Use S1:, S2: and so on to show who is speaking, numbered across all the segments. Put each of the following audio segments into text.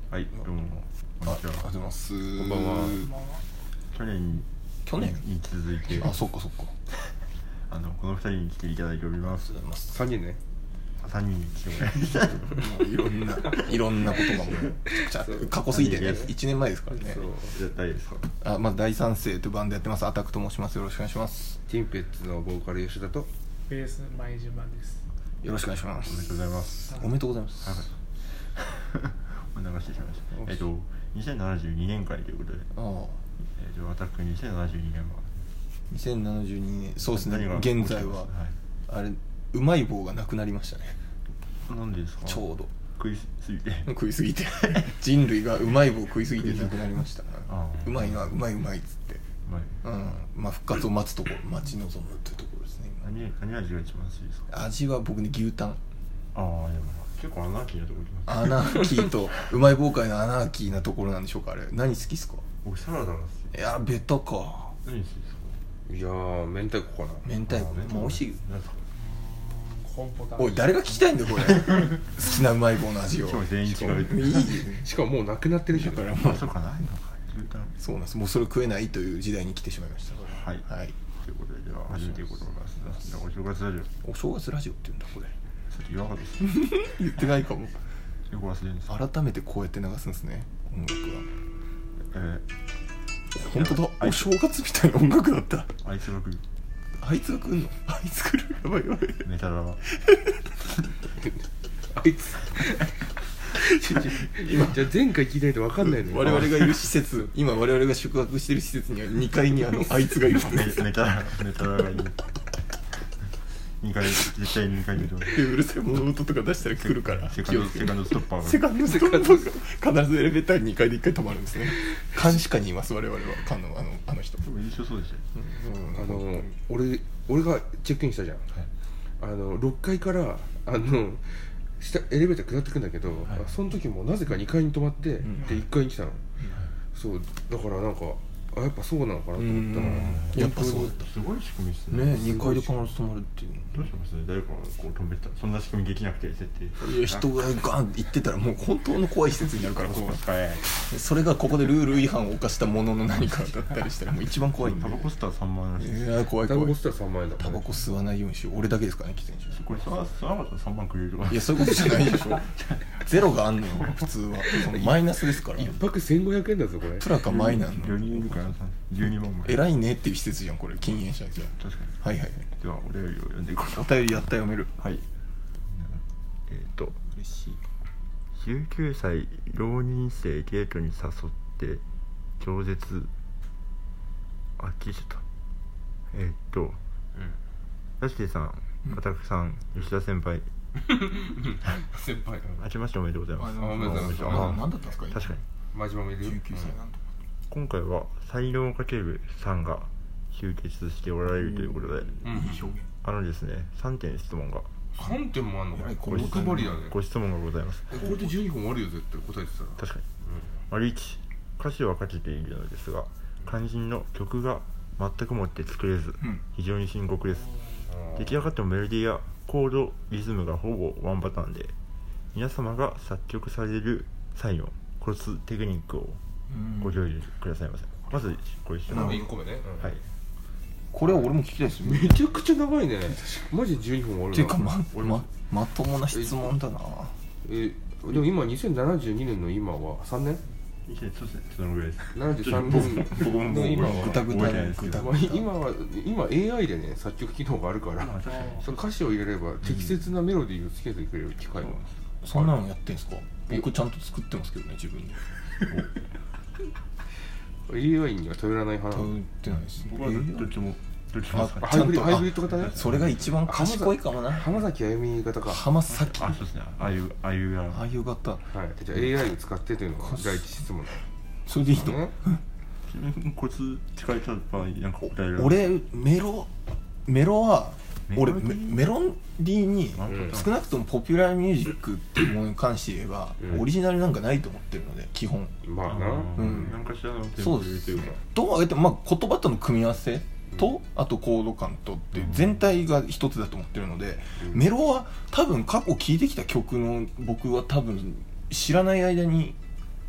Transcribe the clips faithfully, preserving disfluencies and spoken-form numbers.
S1: はい、どうもこんにちは。
S2: ありがとうございます。こ
S1: んばんは。去年
S2: 去年
S1: に続いて、
S2: あ、そっかそっか。あ
S1: のこのふたりに来ていただいております。
S2: さんにんね。
S1: さんにんに来てもらいました。
S2: もういろんないろんなことがもうちゃ過去すぎてね、いちねんまえですからね。
S1: そう絶対ですか。
S2: あ、まず大賛成というバンドやってますアタックと申します。よろしくお願いします。
S3: ティンペッツのボーカル吉田と
S4: ベース前島です。
S2: よろしくお願いしま
S1: おめ
S2: す。
S1: でとうございます。
S2: おめでとうございます。
S1: はいお流してしまいました。えっとにせんななじゅうにねんかいということで、
S2: ああ、
S1: えっとアタックにせんななじゅうにねんは
S2: にせんななじゅうにねん、そうですね。
S1: 何が
S2: 現在は、
S1: はい、
S2: あれうまい棒がなくなりましたね。
S1: なんでですか。
S2: ちょうど
S1: 食いすぎて
S2: 食いすぎて人類がうまい棒食いすぎてなくなりました。
S1: あ
S2: うまいな、うまいうまいっつって、
S1: うまい。
S2: うん、まあ復活を待つところ、待ち望むというところですね。
S1: 何何味が一番好きですか。
S2: 味は僕ね、牛タン。
S1: ああ、でも結構アナーキーなところ行きます。
S2: アナーキーとうまい棒界のアナーキーなところなんでしょうか。あれ何好きっすか。
S1: 僕サラダが好き。
S2: いやベタか。
S1: 何好きですか。
S3: いやー明太子かな。
S2: 明太子ね、もう美味しいよ。
S1: 何ですか。
S4: コンポタ
S2: おい誰が聞きたいんだよこれ好きなうまい棒の味を。
S1: 今日全員違う。
S2: いいよ
S3: しかももうなくなってるし
S2: だからもう
S1: あ、そうかないのか。牛タン。
S2: そうなんです。もうそれ食えないという時代に来てしまいました。
S1: はい。
S2: はい。
S1: ということで、では始めていこうと思います。じゃあお正月ラジオ。
S2: お正月ラジオって言うんだこれ。
S1: さっき言わなかったです。
S2: 言ってないかも。
S1: 結構忘れるんです。
S2: 改めてこうやって流すんですね、音楽は。
S1: え
S2: 本当だ、お正月みたいな音楽だった。
S1: ー、あいつが来る。
S2: あいつが来んの。あいつ来る。やばいやばい。
S1: メタラは。
S3: あいつ今じゃあ前回聞いてないと分かんないのよ。
S2: 我々がいる施設、今我々が宿泊している施設にはにかいにあのあいつがいるんです
S1: メタラメタラがいる。にかい絶対にかい見る。
S2: でうるさい物音とか出したら来るから
S1: セカンドセカンドストッパーが。
S2: セカンドストッパーが必ずエレベーターににかいでいっかい止まるんですね。監視下にいます我々は。かのあのあの人。
S1: でも印象そうでしたよ。
S3: あの俺俺がチェックインしたじゃん、あのろっかいからあの下エレベーター下ってくんだけど、はい、その時もなぜかにかいに止まって、うん、でいっかいに来たの、うん、そうだからなんかあやっぱそうなのかなと思ったら、
S2: やっぱそうだった。
S1: すごい仕組みですね。
S2: ね、にかいで必ず止まるっていう。
S1: どうします？誰かこう止めたらそんな仕組みできなくて設定。
S2: いや人がガンって言ってたらもう本当の怖い施設になるからここ
S1: は。
S2: それがここでルール違反を犯したものの何かだったりしたらもう一番怖いんで。
S1: タバコ吸ったらさんまんえんらしい。
S2: いや怖い怖い。
S3: タバコ吸ったらさんまんえんだ。
S2: タバコ吸わないようにしよう。俺だけですからね喫煙者。
S1: これさ吸わなかったらさんまんくれるとか。
S2: いやそういうことじゃないでしょ。ゼロがあんのよ普通は。そのマイナスですから。
S3: 一泊せんごひゃくえんだぞこれ。
S2: プラかマイナスの。
S1: よにんいるからじゅうにまんも。
S2: 偉いねっていう施設じゃんこれ禁煙者じゃん。
S1: 確かに。
S2: はいはい。
S1: ではお便りを読んでいこう。
S2: お便りやった読める。
S1: はい。えっと
S2: 嬉しい。
S1: じゅうきゅうさい浪人生デートに誘って超絶あっきりしちゃったえー、っとラシテさん、アタックさん、吉田先輩
S3: 先輩
S1: あけましておめでとうございます。
S3: おめでとうございます。
S2: あ何だったんですか。
S1: 確かに
S3: 真島もいるよ。
S2: じゅうきゅうさいなんと。
S1: 今回は才能をかけるさんが集結しておられるということで、
S3: うん、
S1: あのですねさんてん質問が
S3: さんてんもあんのか。
S2: ご
S3: 質問だね。
S1: ご質問がございます。
S3: これでじゅうにほんあるよ絶対答えてたら。
S1: 確かに、うん、丸いち歌詞は書けているのですが肝心の曲が全くもって作れず、うん、非常に深刻です。出来上がったメロディーやコードリズムがほぼワンパターンで皆様が作曲される際のコツテクニックをご教示くださいませ。まずこれ一緒
S3: のいっこめね、うん、
S1: はい。
S2: これは俺も聞きたいですよ。
S3: めちゃくちゃ長いねマジでじゅうにほんあるな。
S2: ていうか ま, ま, まともな質問だな。
S3: ええでも今にせんななじゅうにねんの今はさんねん
S1: そうですね、そのぐらいです。
S3: ななじゅうさんねんの今は
S2: グタグタグタグタ。
S3: 今は今 エーアイ でね作曲機能があるからその歌詞を入れれば適切なメロディーをつけてくれる機械が、
S2: うん、そんなのやってんすか。僕ちゃんと作ってますけどね自分で。
S3: エーアイ には頼らない派なの。
S2: 頼ってないです。
S1: 僕はどっちもどっちも
S3: ハイブリッド型ね。
S2: それが一番賢いかもな。
S3: 浜崎あゆみ型か。
S2: 浜崎。
S1: あ、そうですね。ああいうああいう
S2: ああいう型。
S3: はい。じゃあ エーアイ を使ってというのが第一質問だ。
S2: それでいいの？
S1: ちなみにコツ聞かれた場合なんか答える。
S2: 俺メロメロは俺メ, メロディーに少なくともポピュラーミュージックっていうものに関して言えば、うん、オリジナルなんかないと思ってるので基本。
S3: まあな。
S1: うん。なんかしらのテンポというか。
S2: どうあげてもまあ言葉との組み合わせと、うん、あとコード感とって全体が一つだと思ってるので、うん、メロは多分過去聴いてきた曲の僕は多分知らない間に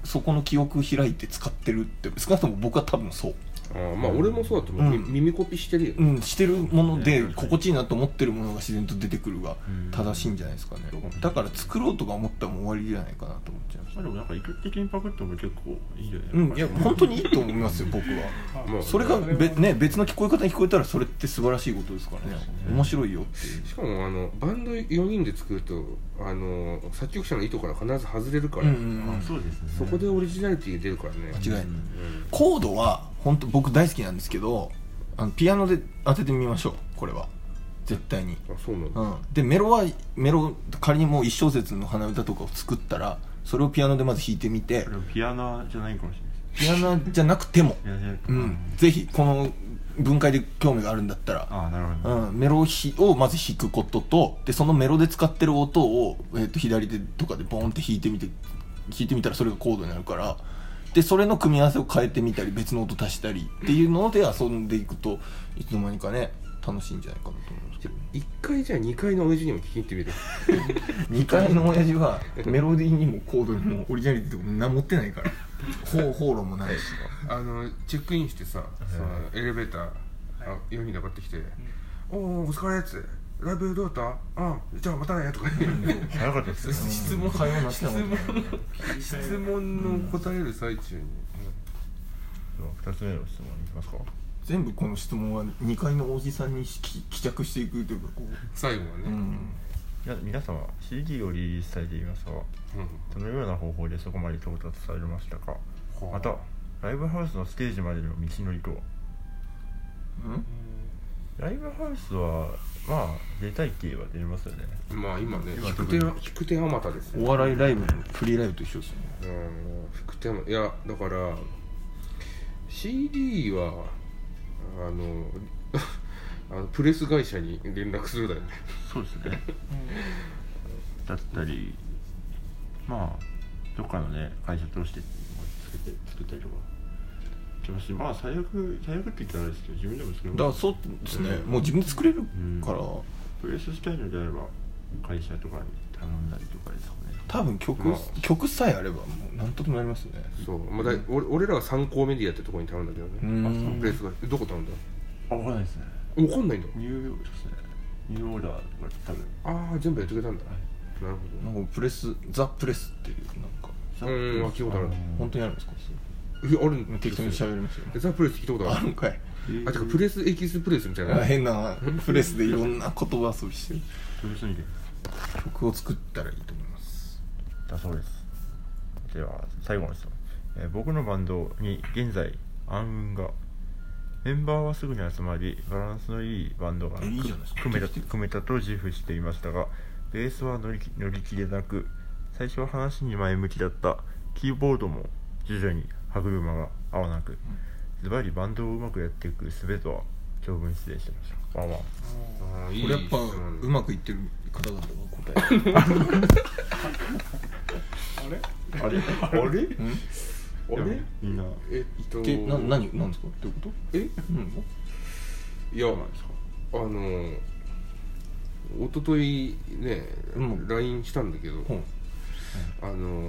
S2: そこの記憶開いて使ってるって少なくとも僕は多分そう。
S3: あまあ俺もそうだと思う、うん、耳コピしてるよ、
S2: うん、してるもので心地いいなと思ってるものが自然と出てくるが正しいんじゃないですかね、うん、だから作ろうとか思ったらもう終わりじゃないかなと思っちゃいます。
S1: まあでもなんか意図的にパクっても結構いいんじゃないですか、
S2: うん、いや本当にいいと思いますよ僕はまあそれがべ、ね、別の聞こえ方に聞こえたらそれって素晴らしいことですからね、うん、面白いよっていう。
S3: しかもあのバンドよにんで作るとあの作曲者の意図から必ず外れるから、うんうんうん、
S1: そうですね、
S3: そこでオリジナリティが出るからね。
S2: 間違いない、うん、コードは本当僕大好きなんですけど、あのピアノで当ててみましょう。これは絶対に。
S3: あ、そうなんだ、
S2: うん、でメロはメロ仮にもう一小節の鼻歌とかを作ったらそれをピアノでまず弾いてみて。
S1: ピアノじゃないかもしれない。
S2: ピアノじゃなくてもうん、ぜひこの分解で興味があるんだったら、
S1: あ、なるほど、
S2: うん、メロをまず弾くことと、でそのメロで使ってる音を、えー、と左手とかでボーンって弾いてみて弾いてみたらそれがコードになるから、でそれの組み合わせを変えてみたり別の音足したりっていうので遊んでいくといつの間にかね楽しいんじゃないかなと思いますけど。
S3: いっかいじゃあにかいの親父にも聞きに行ってみる
S2: にかいの親父はメロディーにもコードにもオリジナリティとか何も持ってないからほう放浪もないし
S3: あのチェックインしてさ、そのエレベーターあよにんで上がってきて、うん、おおお疲れっつってライブどうだった？あじゃあまたねとか言って
S1: 早かったですよ
S3: 質問会話なって質問の答える最中に、
S1: うん、ふたつめの質問いきますか。
S2: 全部この質問はにかいのおじさんに帰着していくというかこう
S3: 最後はね、うん、
S1: 皆様 シーディー をリリースされていますが、うん、どのような方法でそこまで到達されましたか、うん、またライブハウスのステージまでの道のりとは、うん、ライブハウスはまあ出たいって言えば出れますよね。
S3: まあ今ね引く手引く手あまたですね。
S2: お笑いライブのフリーライブと一緒ですね。
S3: うん、引く手あまた。いやだから シーディー はあのあのプレス会社に連絡するだよね。
S1: そうですねだったりまあどっかのね会社通して作って作ったりとかまあ最悪最悪って言ったらあれですけど自分でも作れます。
S2: だからそうですね、うん、もう自分で作れるから、うん、
S1: プレスしたいのであれば会社とかに頼んだりとかですかね。
S2: 多分曲、まあ、曲さえあればもう何とでもなりますね。
S3: そう、まあ、だい俺, 俺らは参考メディアってところに頼んだけどね。あそうプレスがどこ頼んだ？
S1: あ分かんないですね。
S3: 分かんないんだ。
S1: ニューヨークですね。ニューオーダーとか多分
S3: ああ全部やってくれたんだ、はい、なるほど。
S2: なんかプレスザ・プレスっていうなんか
S3: うん聞いたことある。
S2: 本当にあるんですか？
S3: いやある
S2: 適当に喋りますよ。
S3: ザ・プレス聞いたことある。
S2: あるんかい。
S3: あてかプレスエキスプレスみたいな
S2: 変なプレスでいろんな言葉遊びしてる
S1: で
S2: 曲を作ったらいいと思います。
S1: だそうです。では最後の質問、えー、僕のバンドに現在暗雲がメンバーはすぐに集まりバランスのいいバンドが組めた、組めたと自負していましたがベースは乗り、乗り気でなく最初は話に前向きだったキーボードも徐々に歯車が合わなくズバリバンドをうまくやっていく術とは長文失礼してました。まあまあ
S2: あこれやっぱうまくいってる方々が答えあれ
S3: あれあれあれ
S1: みんな
S3: えっと
S2: な何何ですかどういうことえ、うん、
S3: いやあの一昨日ね、うん、ライン したんだけど、うん、あの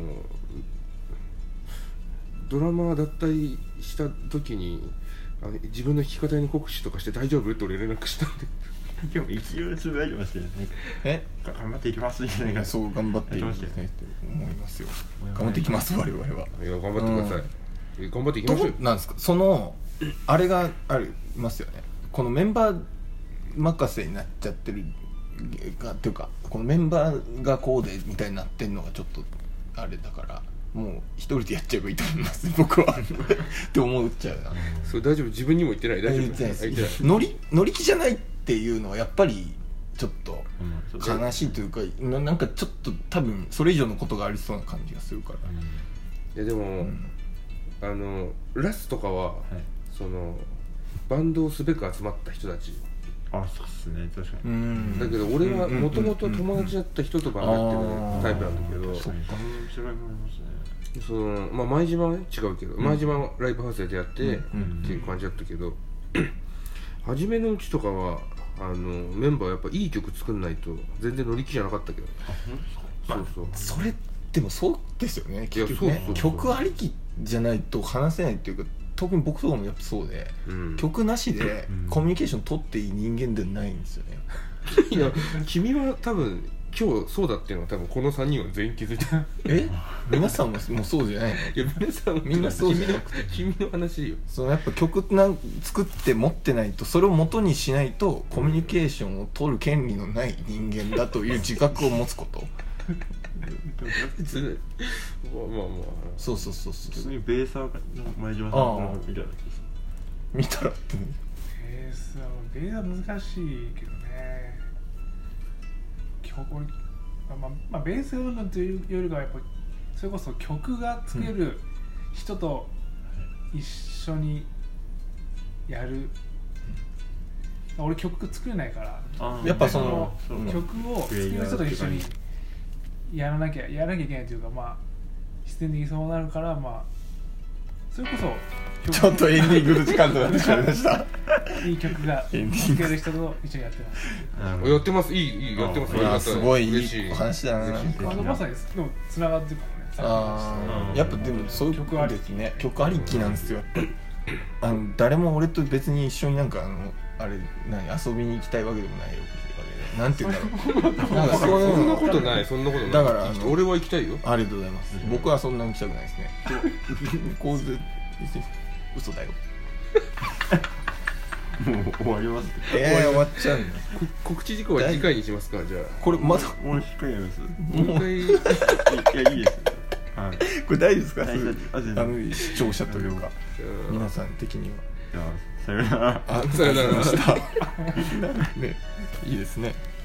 S3: ドラマ脱退した時にあの自分の弾き方に酷使とかして大丈夫って俺連絡したんで
S1: 今日一応つぶやいてましたよね。え頑張っていきますじゃないか。
S2: そう頑張っていきますねって思いますよ。頑張っていきます我々は。い
S3: や頑張ってください、うん、頑張っていきましょう。
S2: なんですかそのあれがありますよね。このメンバー任せになっちゃってるかっていうかこのメンバーがこうでみたいになってるのがちょっとあれだからもう一人でやっちゃえばいいと思います僕はって思っちゃうな。
S3: それ大丈夫自分にも言ってない大丈夫
S2: 言ってない乗り乗り気じゃないっていうのはやっぱりちょっと悲しいというか、うん、なんかちょっと多分それ以上のことがありそうな感じがするから、
S3: うん、いやでも、うん、あのラスとかは、はい、そのバンドをすべく集まった人たち。
S1: あそうっすね確かに。
S3: うんだけど俺はもともと友達だった人とバンドやってるタイプなんだけど、
S1: そっか違いもありますね。
S3: そのまあ前島はね違うけど、うん、前島はライブハウスで出会って、うん、っていう感じだったけど、うん、初めのうちとかはあのメンバーやっぱいい曲作んないと全然乗り気じゃなかったけど。
S2: あ本当ですか。そうそう、まあ、それってでもそうですよね結局ね。
S3: そうそうそう
S2: 曲ありきじゃないと話せないっていうか、特に僕とかもやっぱそうで、うん、曲なしでコミュニケーション取っていい人間ではないんですよね。
S3: いや君は多分今日そうだっていうのは多分このさんにんは全員気づいた。
S2: え皆さんももうそうじゃないの？
S3: いや皆さん
S2: みんなそうじゃなくて
S3: 君の話よ。
S2: そのやっぱ曲なん作って持ってないと、それを元にしないとコミュニケーションを取る権利のない人間だという自覚を持つこと
S3: まあまあまあ
S2: そうそうそうそう。
S1: 別にベーサーの前島さんが見たら
S2: 見たらって
S4: ベースはベースは難しいけどね。曲まあまあベース云々というよりかはやっぱそれこそ曲が作れる人と一緒にやる、うん、俺曲作れないから
S2: やっぱその
S4: 曲を作る人と一緒にやらなきゃやらなきゃいけないというか、まあ必然的にそうなるから、まあそれこそ
S2: ちょっとエンディングの時間となってしまいました
S4: いい曲が作れる人と一緒にやってます。
S3: やってます。いいいいやってます。
S2: いやすごいいいお話だな。
S4: あのまさにでもつながってるかもね。
S2: あやっぱでもそういう曲ありきね。曲ありきなんですよ。あの誰も俺と別に一緒になんかあのあれ何遊びに行きたいわけでもないよ。なんて言うんだろう。なんかそういう
S3: そんなことない、そんなことない。
S2: だから
S3: 俺は行きたいよ。
S2: ありがとうございます。僕はそんなに行きたくないですね。構図嘘だよ。
S1: もう終わります。
S2: えー、終わっちゃうの。
S3: 告知事項は次回にしますか。じゃあ
S2: これまだ
S1: もう一回やります。
S3: もう一回い
S1: やいいです。はい。
S2: これ大丈夫ですか？
S1: あ
S2: の視聴者というか皆さん的には。
S1: じゃあさよなら。
S3: あ、さよなら。
S2: ね、いいですね。